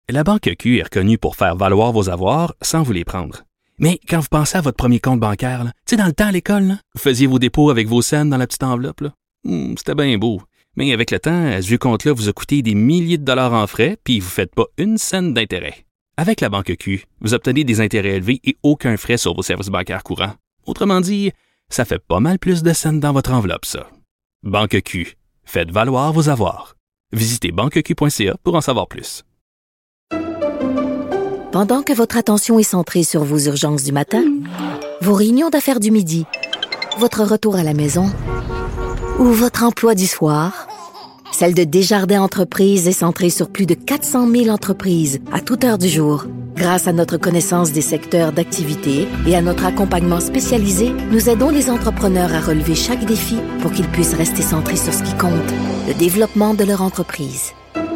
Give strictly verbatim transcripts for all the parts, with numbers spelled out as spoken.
La Banque Q est reconnue pour faire valoir vos avoirs sans vous les prendre. Mais quand vous pensez à votre premier compte bancaire, tu sais, dans le temps à l'école, là, vous faisiez vos dépôts avec vos scènes dans la petite enveloppe. Là. Hum, c'était bien beau. Mais avec le temps, ce vieux compte-là vous a coûté des milliers de dollars en frais, puis vous ne faites pas une scène d'intérêt. Avec la Banque Q, vous obtenez des intérêts élevés et aucun frais sur vos services bancaires courants. Autrement dit, ça fait pas mal plus de scènes dans votre enveloppe, ça. Banque Q. Faites valoir vos avoirs. Visitez banque q point c a pour en savoir plus. Pendant que votre attention est centrée sur vos urgences du matin, vos réunions d'affaires du midi, votre retour à la maison ou votre emploi du soir, celle de Desjardins Entreprises est centrée sur plus de quatre cent mille entreprises à toute heure du jour. Grâce à notre connaissance des secteurs d'activité et à notre accompagnement spécialisé, nous aidons les entrepreneurs à relever chaque défi pour qu'ils puissent rester centrés sur ce qui compte, le développement de leur entreprise.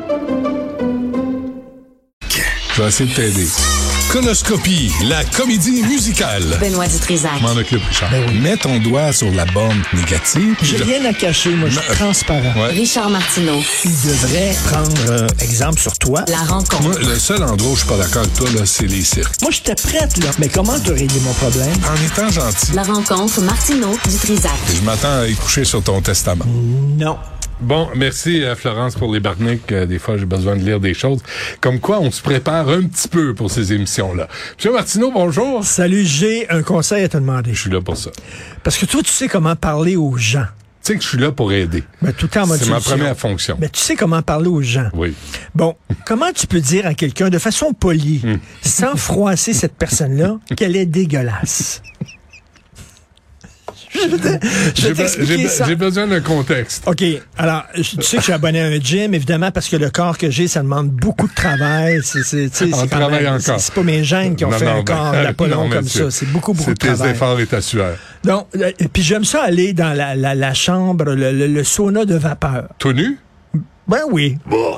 Je vais essayer de t'aider. Conoscopie, la comédie musicale. Benoît Dutrisac. M'en occupe, Richard. Ben oui. Mets ton doigt sur la borne négative. J'ai rien à cacher, moi, je suis transparent. Ouais. Richard Martineau. Il devrait prendre euh, exemple sur toi. La rencontre. Moi, le seul endroit où je suis pas d'accord avec toi, là, c'est les cirques. Moi, j'étais prête, là. Mais comment te régler mon problème? En étant gentil. La rencontre Martineau-Dutrisac. Je m'attends à y coucher sur ton testament. Non. Bon, merci à Florence pour les barniques. Euh, des fois, j'ai besoin de lire des choses. Comme quoi, on se prépare un petit peu pour ces émissions-là. Monsieur Martineau, bonjour. Salut, j'ai un conseil à te demander. Je suis là pour ça. Parce que toi, tu sais comment parler aux gens. Tu sais que je suis là pour aider. Ben, tout le temps en mode C'est ma solution. première fonction. Mais tu sais comment parler aux gens. Oui. Bon, comment tu peux dire à quelqu'un de façon polie, Mm. sans froisser cette personne-là, qu'elle est dégueulasse? Je vais te- je J'ai vais be- t'expliquer j'ai- ça. j'ai besoin d'un contexte. OK. Alors, je- tu sais que je suis abonné à un gym, évidemment, parce que le corps que j'ai, ça demande beaucoup de travail. C'est, c'est, tu sais, On c'est quand travaille même- encore. C'est, c'est pas mes gènes qui ont Non, fait non, un corps ben, d'Apollon non, comme monsieur. ça. C'est beaucoup, beaucoup C'est de tes travail. efforts et ta sueur. Donc, euh, et puis j'aime ça aller dans la, la, la chambre, le, le, le sauna de vapeur. Tout nu? Ben oui.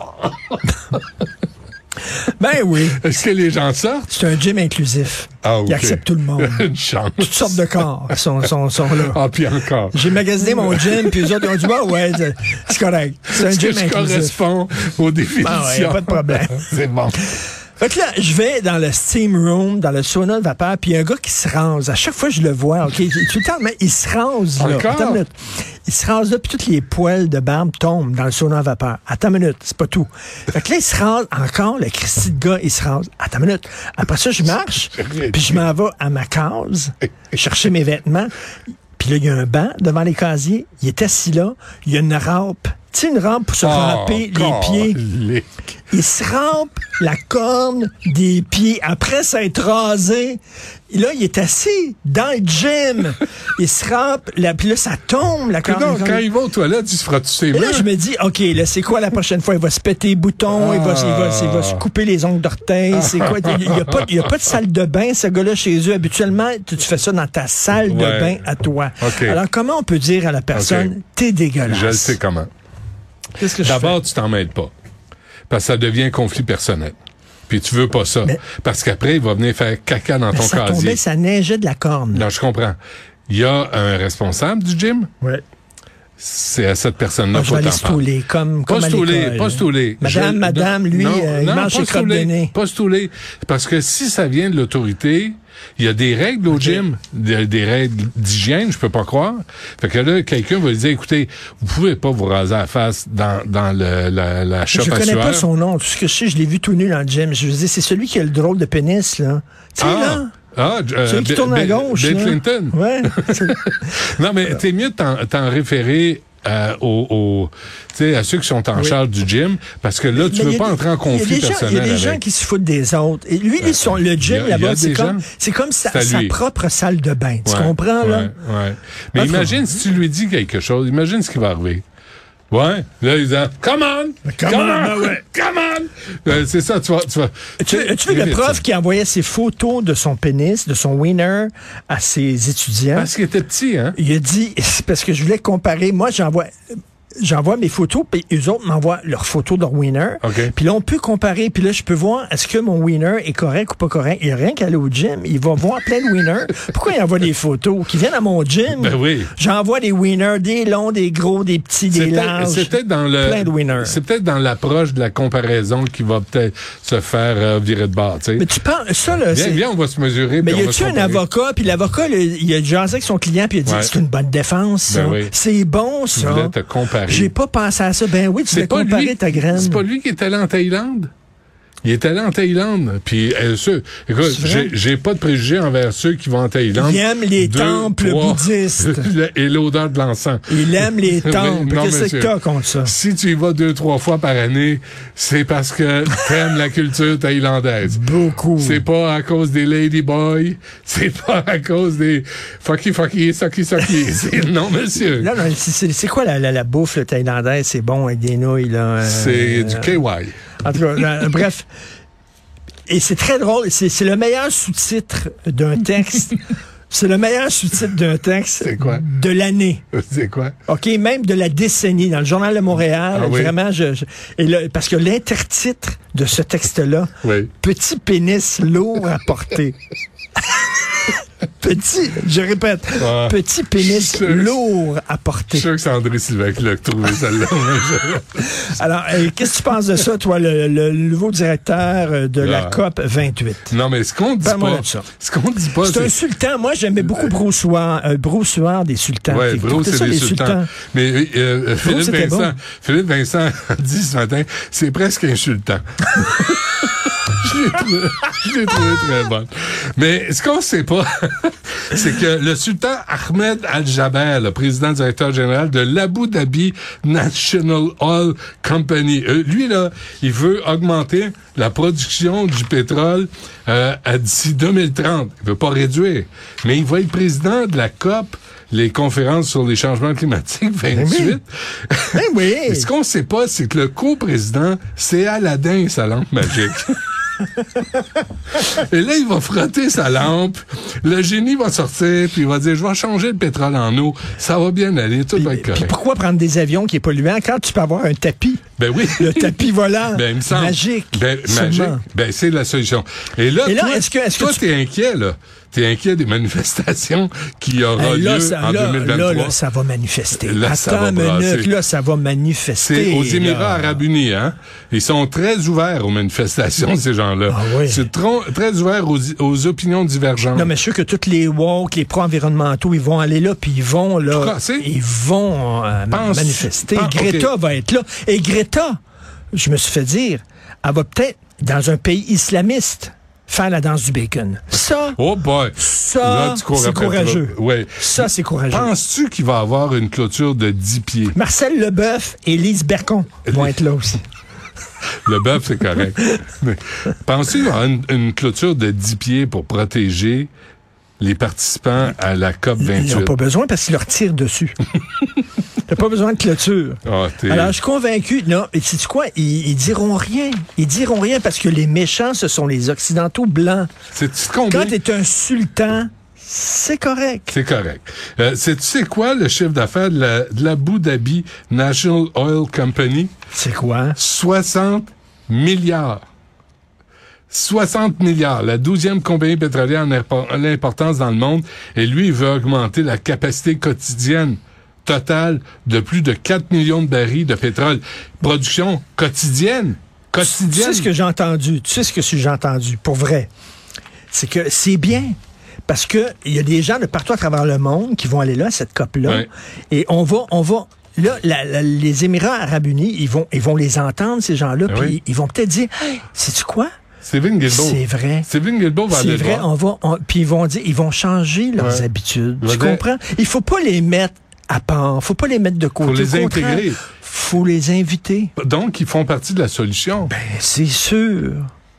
Ben oui. Est-ce que les gens sortent? C'est un gym inclusif. Ah, OK. Il accepte tout le monde. Une chance. Toutes sortes de corps sont, sont, sont là. Ah, puis encore. J'ai magasiné mon gym, puis eux autres, ils ont dit, bah ouais, c'est, c'est correct. C'est un Est-ce gym que je inclusif. correspond aux définitions? Ben ouais, y a pas de problème. C'est bon. Fait que là, je vais dans le steam room, dans le sauna de vapeur, puis il y a un gars qui se rase. À chaque fois, je le vois, OK? Tout le temps, mais il se rase, là. Encore? Attends une minute. Il se rase là, puis tous les poils de barbe tombent dans le sauna à vapeur. Attends une minute, c'est pas tout. Fait que là, il se rase encore, le Christy de gars, il se rase. Attends une minute. Après ça, je marche, puis je m'en vais à ma case, chercher mes vêtements. Puis là, il y a un banc devant les casiers. Il est assis là. Il y a une rampe. Tu sais, une rampe pour se ramper les pieds. calique. Il se rampe la corne des pieds après s'être rasé. Et là, il est assis dans le gym. Il se rampe, là, puis là, ça tombe, la Que corne. donc, quand il va aux toilettes, il se frotte ses Et mains. là, je me dis, OK, là, c'est quoi la prochaine fois? Il va se péter les boutons, il, va, il, va, il va se couper les ongles d'orteil. C'est quoi? Il n'y a, pas- il y a pas de salle de bain, ce gars-là, chez eux. Habituellement, tu, tu fais ça dans ta salle de Ouais. bain à toi. OK. Alors, comment on peut dire à la personne, OK. t'es dégueulasse? Je le sais comment. Qu'est-ce que je fais? D'abord, tu t'en mêles pas. Parce que ça devient un conflit personnel. Puis tu veux pas ça. Mais- Parce qu'après, il va venir faire caca dans Ben, ton ça casier. tombait, ça neigeait de la corne. Non, je comprends. Il y a un responsable du gym. Ouais. C'est à cette personne-là Ah, qu'il je vais faut aller t'en parler. stouler, comme, comme Pas à stouler, l'école. pas stouler. Madame, Je- madame, lui, non, euh, il non, mange pas ses crottes de stouler, nez. Pas stouler. Parce que si ça vient de l'autorité, il y a des règles au gym, des, des règles d'hygiène, je peux pas croire. Fait que là, quelqu'un va lui dire, écoutez, vous pouvez pas vous raser la face dans, dans le, la, la shop Je à connais sueur. pas son nom. Tout ce que je sais, je l'ai vu tout nu dans le gym. Je veux dire, c'est celui qui a le drôle de pénis, là. Tu sais, Ah, là? ah, euh, Celui qui Bill- tourne à Bill- gauche, Bill là. Clinton. Ouais. Non, mais t'es mieux de t'en, t'en référer euh, aux, aux, tu sais, à ceux qui sont en Oui. charge du gym, parce que là, tu Mais veux il y a pas des- entrer en conflit il y a des gens- personnel Il y a des avec. gens qui se foutent des autres. Et lui, ils sont, le il y gym a- il y a là-bas, c'est des comme, gens- c'est comme sa, c'est à sa lui. propre salle de bain. Tu Ouais, comprends, là? ouais, ouais. Mais En tout cas- imagine si tu lui dis quelque chose, imagine ce qui va arriver. Ouais, là, il dit, come on! Come on, ben ouais. Come on! Euh, c'est ça, tu vas, tu vas. Tu, tu vu le vite, prof ça. qui envoyait ses photos de son pénis, de son wiener, à ses étudiants? Parce qu'il était petit, hein? Il a dit, c'est parce que je voulais comparer. Moi, j'envoie. j'envoie mes photos, puis eux autres m'envoient leurs photos de leur winner. Okay. Puis là, on peut comparer, puis là, je peux voir est-ce que mon winner est correct ou pas correct. Il n'y a rien qu'à aller au gym. Il va voir plein de winners. Pourquoi il envoie des photos? Qui viennent à mon gym. Ben oui. J'envoie des winners, des longs, des gros, des petits, des larges. C'est peut-être dans le, plein de winners. C'est peut-être dans l'approche de la comparaison qui va peut-être se faire euh, virer de bord, tu sais. Mais tu penses, ça, là, Viens, c'est... viens, on va se mesurer. Mais puis y on va a-tu se un comparer. avocat, puis l'avocat, là, il a jasé avec son client, puis il a dit, Ouais. c'est une bonne défense, ça. Ben oui. C'est bon, ça. Tu voulais te comparer. J'ai pas pensé à ça. Ben oui, tu voulais comparer lui, ta graine. c'est pas lui qui est allé en Thaïlande? Il est allé en Thaïlande. Puis, euh, ceux, écoute, C'est vrai? j'ai, j'ai pas de préjugés envers ceux qui vont en Thaïlande. Il aime les Deux, temples trois, bouddhistes. et l'odeur de l'encens. Il aime les Oui, temples. non, Qu'est-ce que monsieur. t'as contre ça? Si tu y vas deux, trois fois par année, c'est parce que t'aimes la culture thaïlandaise. Beaucoup. C'est pas à cause des ladyboys, c'est pas à cause des fucky fucky, sucky sucky. C'est- Non, monsieur. Non, non, c'est, c'est- c'est quoi la, la, la bouffe là, thaïlandaise? C'est bon avec des nouilles, là. euh, C'est du K Y. En tout cas, euh, bref. Et c'est très drôle. C'est, c'est le meilleur sous-titre d'un texte. C'est le meilleur sous-titre d'un texte C'est quoi? de l'année. C'est quoi? OK, même de la décennie, dans le Journal de Montréal. Ah oui? Vraiment, je, je- et là, parce que l'intertitre de ce texte-là, Oui. Petit pénis lourd à porter. Petit, je répète, Ah. petit pénis Je- lourd à Je porter. suis sûr que c'est André Sylvain qui l'a trouvé, celle-là. Alors, euh, qu'est-ce que tu penses de ça, toi, le, le nouveau directeur euh, de la Ah. C O P vingt-huit? Non, mais ce qu'on dit Parle-moi pas, de ça. ce qu'on dit pas, C'est un c'est... sultan. Moi, j'aimais beaucoup Bruce Huard, euh, Bruce Huard des sultans. Ouais, T'éc- Bruce, t'écoutais c'est ça, des les sultans. Mais euh, euh, Philippe c'était Vincent, bon. Philippe Vincent a dit ce matin, c'est presque insultant. Je l'ai trouvé, je l'ai trouvé très bonne. Mais ce qu'on sait pas, c'est que le sultan Ahmed Al-Jaber, le président directeur général de l'Abu Dhabi National Oil Company, euh, lui, là, il veut augmenter la production du pétrole euh, à d'ici deux mille trente. Il veut pas réduire. Mais il va être président de la C O P, les conférences sur les changements climatiques vingt-huit. Ben oui. Mais ce qu'on sait pas, c'est que le co-président, c'est Aladdin et sa lampe magique. Et là, il va frotter sa lampe, le génie va sortir, puis il va dire, je vais changer le pétrole en eau, ça va bien aller, tout va être Puis correct. pourquoi prendre des avions qui est polluant quand tu peux avoir un tapis? Ben oui. Le tapis volant. Ben, il me semble. Magique. Ben, sûrement. magique. Ben, c'est la solution. Et là, Et là, toi, est-ce que- est-ce que toi, tu- t'es inquiet, là. T'es inquiet des manifestations qui aura Hey, là, lieu ça, en là, deux mille vingt-trois. là, là, ça va manifester. Là, ça Attends va une minute, brasser. là, ça va manifester. C'est aux Émirats là. Arabes Unis, hein. Ils sont très ouverts aux manifestations, ces gens-là. Ah oui. C'est tron- très ouvert aux, aux opinions divergentes. Non, mais je suis sûr que tous les woke, les pro-environnementaux, ils vont aller là, puis ils vont, là, Tout casser. ils vont euh, Pense- manifester. pense- Greta ok. va être là. Et Greta, je me suis fait dire, elle va peut-être, dans un pays islamiste, faire la danse du bacon. Ça, Oh boy! ça, Là, tu cours c'est après courageux. trop. Ouais. Ça, c'est courageux. Penses-tu qu'il va avoir une clôture de dix pieds? Marcel Leboeuf et Lise Bercon vont être là aussi. Le bœuf, c'est correct. Mais penses-tu qu'il y aura une, une clôture de dix pieds pour protéger les participants à la C O P Ils n'ont vingt-huit? pas besoin parce qu'ils leur tirent dessus. T'as pas besoin de clôture. Ah, t'es- Alors, je suis convaincu. Non, et sais-tu quoi? Ils, ils diront rien. Ils diront rien parce que les méchants, ce sont les Occidentaux blancs. C'est-tu combien? Quand t'es un sultan, c'est correct. C'est correct. Euh, c'est- tu sais quoi, le chiffre d'affaires de la, de l'Abu Dhabi National Oil Company? C'est quoi? soixante milliards. soixante milliards. La douzième compagnie pétrolière en impo- en importance dans le monde. Et lui, il veut augmenter la capacité quotidienne totale de plus de quatre millions de barils de pétrole. Production quotidienne. Tu Quotidienne. sais ce que j'ai entendu? Tu sais ce que j'ai entendu? Pour vrai. C'est que c'est bien. Parce que il y a des gens de partout à travers le monde qui vont aller là, à cette C O P-là. Ouais. Et on va, on va, là, la- la- les Émirats Arabes Unis, ils vont, ils vont les entendre, ces gens-là, Ah puis oui. ils vont peut-être dire, hey, sais-tu quoi? Stephen Guilbeault. C'est vrai. Stephen Guilbeault va C'est aller le vrai, voir. on va, on- puis ils vont dire, ils vont changer leurs Ouais. habitudes. Il va Tu dire- comprends? Il faut pas les mettre à part, faut pas les mettre de côté. Faut les Au contraire, intégrer. faut les inviter. Donc, ils font partie de la solution. Ben, c'est sûr.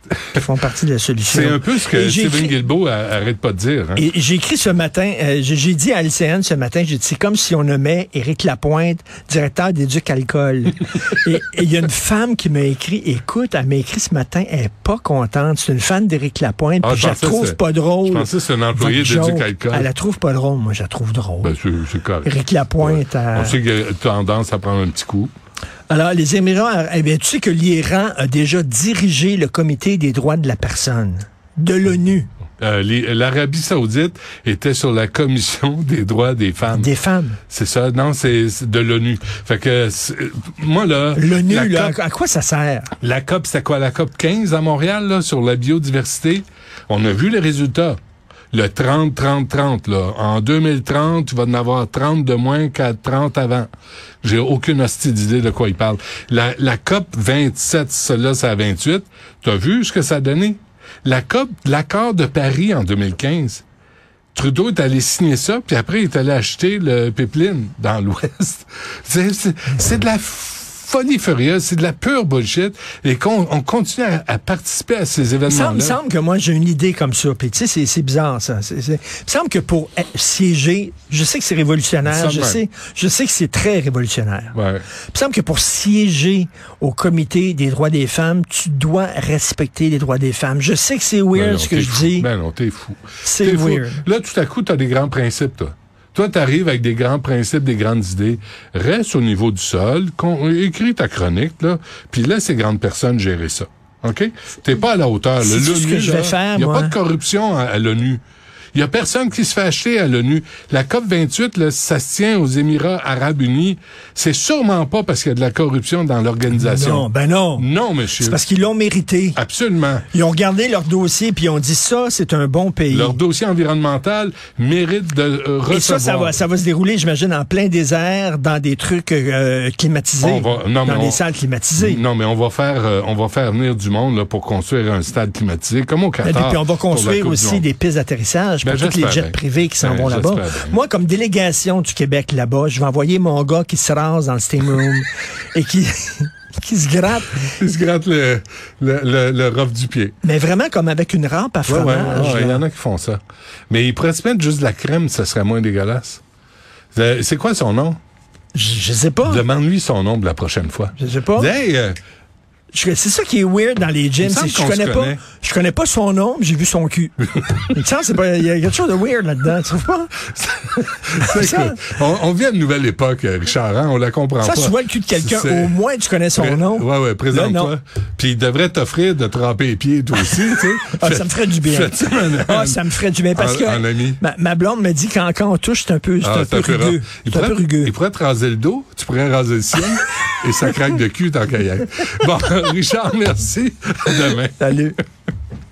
qui font partie de la solution. C'est un peu ce que Et j'ai Stephen écrit- Guilbeault a- arrête pas de dire. Hein? Et j'ai écrit ce matin, euh, j'ai j'ai dit à L C N ce matin, j'ai dit, c'est comme si on nommait Éric Lapointe, directeur d'Éduc-Alcool. et et il y a une femme qui m'a écrit, écoute, elle m'a écrit ce matin, elle est pas contente. C'est une fan d'Éric Lapointe, Ah, puis je je la pensais trouve c'est- pas drôle. Je pensais que c'est un employé Votre joke, d'Éduc-Alcool. Elle la trouve pas drôle, moi je la trouve drôle. Ben, c'est, c'est correct. Éric Lapointe, Ouais. elle- On sait qu'il a tendance à prendre un petit coup. Alors, les Émirats, eh bien, tu sais que l'Iran a déjà dirigé le comité des droits de la personne de l'ONU, Euh, les- L'Arabie Saoudite était sur la commission des droits des femmes. des femmes. C'est ça, non, c'est, c'est de l'ONU. Fait que c'est- moi là, L'ONU, la là, COP, à quoi ça sert? la COP, c'était quoi, la COP quinze à Montréal là sur la biodiversité. On a vu les résultats. Le trente trente trente là, en deux mille trente, tu vas en avoir trente de moins qu'à trente avant. J'ai aucune hostie d'idée de quoi il parle. La, la COP vingt-sept, celle-là, c'est à vingt-huit. T'as vu ce que ça a donné? La COP, l'accord de Paris en deux mille quinze. Trudeau est allé signer ça, puis après, il est allé acheter le pipeline dans l'Ouest. C'est, c'est, c'est de la folie furieuse, c'est de la pure bullshit, et qu'on on continue à, à participer à ces Il me semble, événements-là. il me semble que moi, j'ai une idée comme ça. Puis, tu sais, c'est, c'est bizarre, ça. C'est, c'est- il me semble que pour eh, siéger, je sais que c'est révolutionnaire, Ça je même. sais, je sais que c'est très révolutionnaire. Ouais. Il me semble que pour siéger au comité des droits des femmes, tu dois respecter les droits des femmes. Je sais que c'est weird Ben non, ce que t'es je fou. dis. Ben non, t'es fou. C'est T'es fou. weird. Là, tout à coup, t'as des grands principes, toi. Toi, t'arrives avec des grands principes, des grandes idées. Reste au niveau du sol, con, écris ta chronique, là, puis laisse ces grandes personnes gérer ça. OK? T'es pas à la hauteur. là. C'est-tu ce que je vais faire, il n'y a moi? pas de corruption à, à l'ONU. Il y a personne qui se fait acheter à l'ONU. La COP vingt-huit, là, ça se tient aux Émirats arabes unis. C'est sûrement pas parce qu'il y a de la corruption dans l'organisation. Non, ben non. Non, monsieur. C'est parce qu'ils l'ont mérité. Absolument. Ils ont regardé leur dossier puis ils ont dit ça, c'est un bon pays. Leur dossier environnemental mérite de euh, recevoir. Et ça, ça va, ça va se dérouler, j'imagine, en plein désert, dans des trucs euh, climatisés, On va- non, mais dans on- des salles climatisées. Non, mais on va faire, euh, on va faire venir du monde là, pour construire un stade climatisé, comme au Et Qatar. puis on va pour la construire Coupe du aussi Monde. des pistes d'atterrissage Ben, pour tous les j'espère jets bien. privés qui s'en Ben, vont là-bas. j'espère bien. Moi, comme délégation du Québec là-bas, je vais envoyer mon gars qui se rase dans le steam room et qui, qui se gratte, Ils se grattent le, le, le, le rough du pied. mais vraiment comme avec une rampe à Ouais, ouais, fromage. ouais, il y là. en a qui font ça. Mais ils pourraient se mettre juste de la crème, ça serait moins dégueulasse. Euh, C'est quoi son nom? Je, je sais pas. Demande-lui son nom de la prochaine fois. Je sais pas. Dis, Hey, euh, Je- C'est ça qui est weird dans les gyms. Il me c'est semble que je qu'on connais se pas, connaît. je connais pas son nom, mais j'ai vu son cul. Il me semble, c'est pas, il y a quelque chose de weird là-dedans, tu trouves pas? c'est Ça- que- on, on vit à une nouvelle époque, euh, Richard, hein? On la comprend Ça, pas. tu vois le cul de quelqu'un, C'est- au moins tu connais son Pré- nom. Ouais, ouais, Là, présente-toi. non. Puis il devrait t'offrir de tremper les pieds, toi aussi, tu sais. Ah, Fais- ça me ferait du bien. fais-tu un- Ah, ça me ferait du bien parce en- que en ami. ma, ma blonde me dit quand, quand on touche, c'est un peu, c'est Ah, un peu rough. rugueux. Il C'est un peu pourrait, rugueux. il pourrait te raser le dos, tu pourrais raser le sien, et ça craque de cul tant kayak. Bon, Richard, merci. À demain. Salut.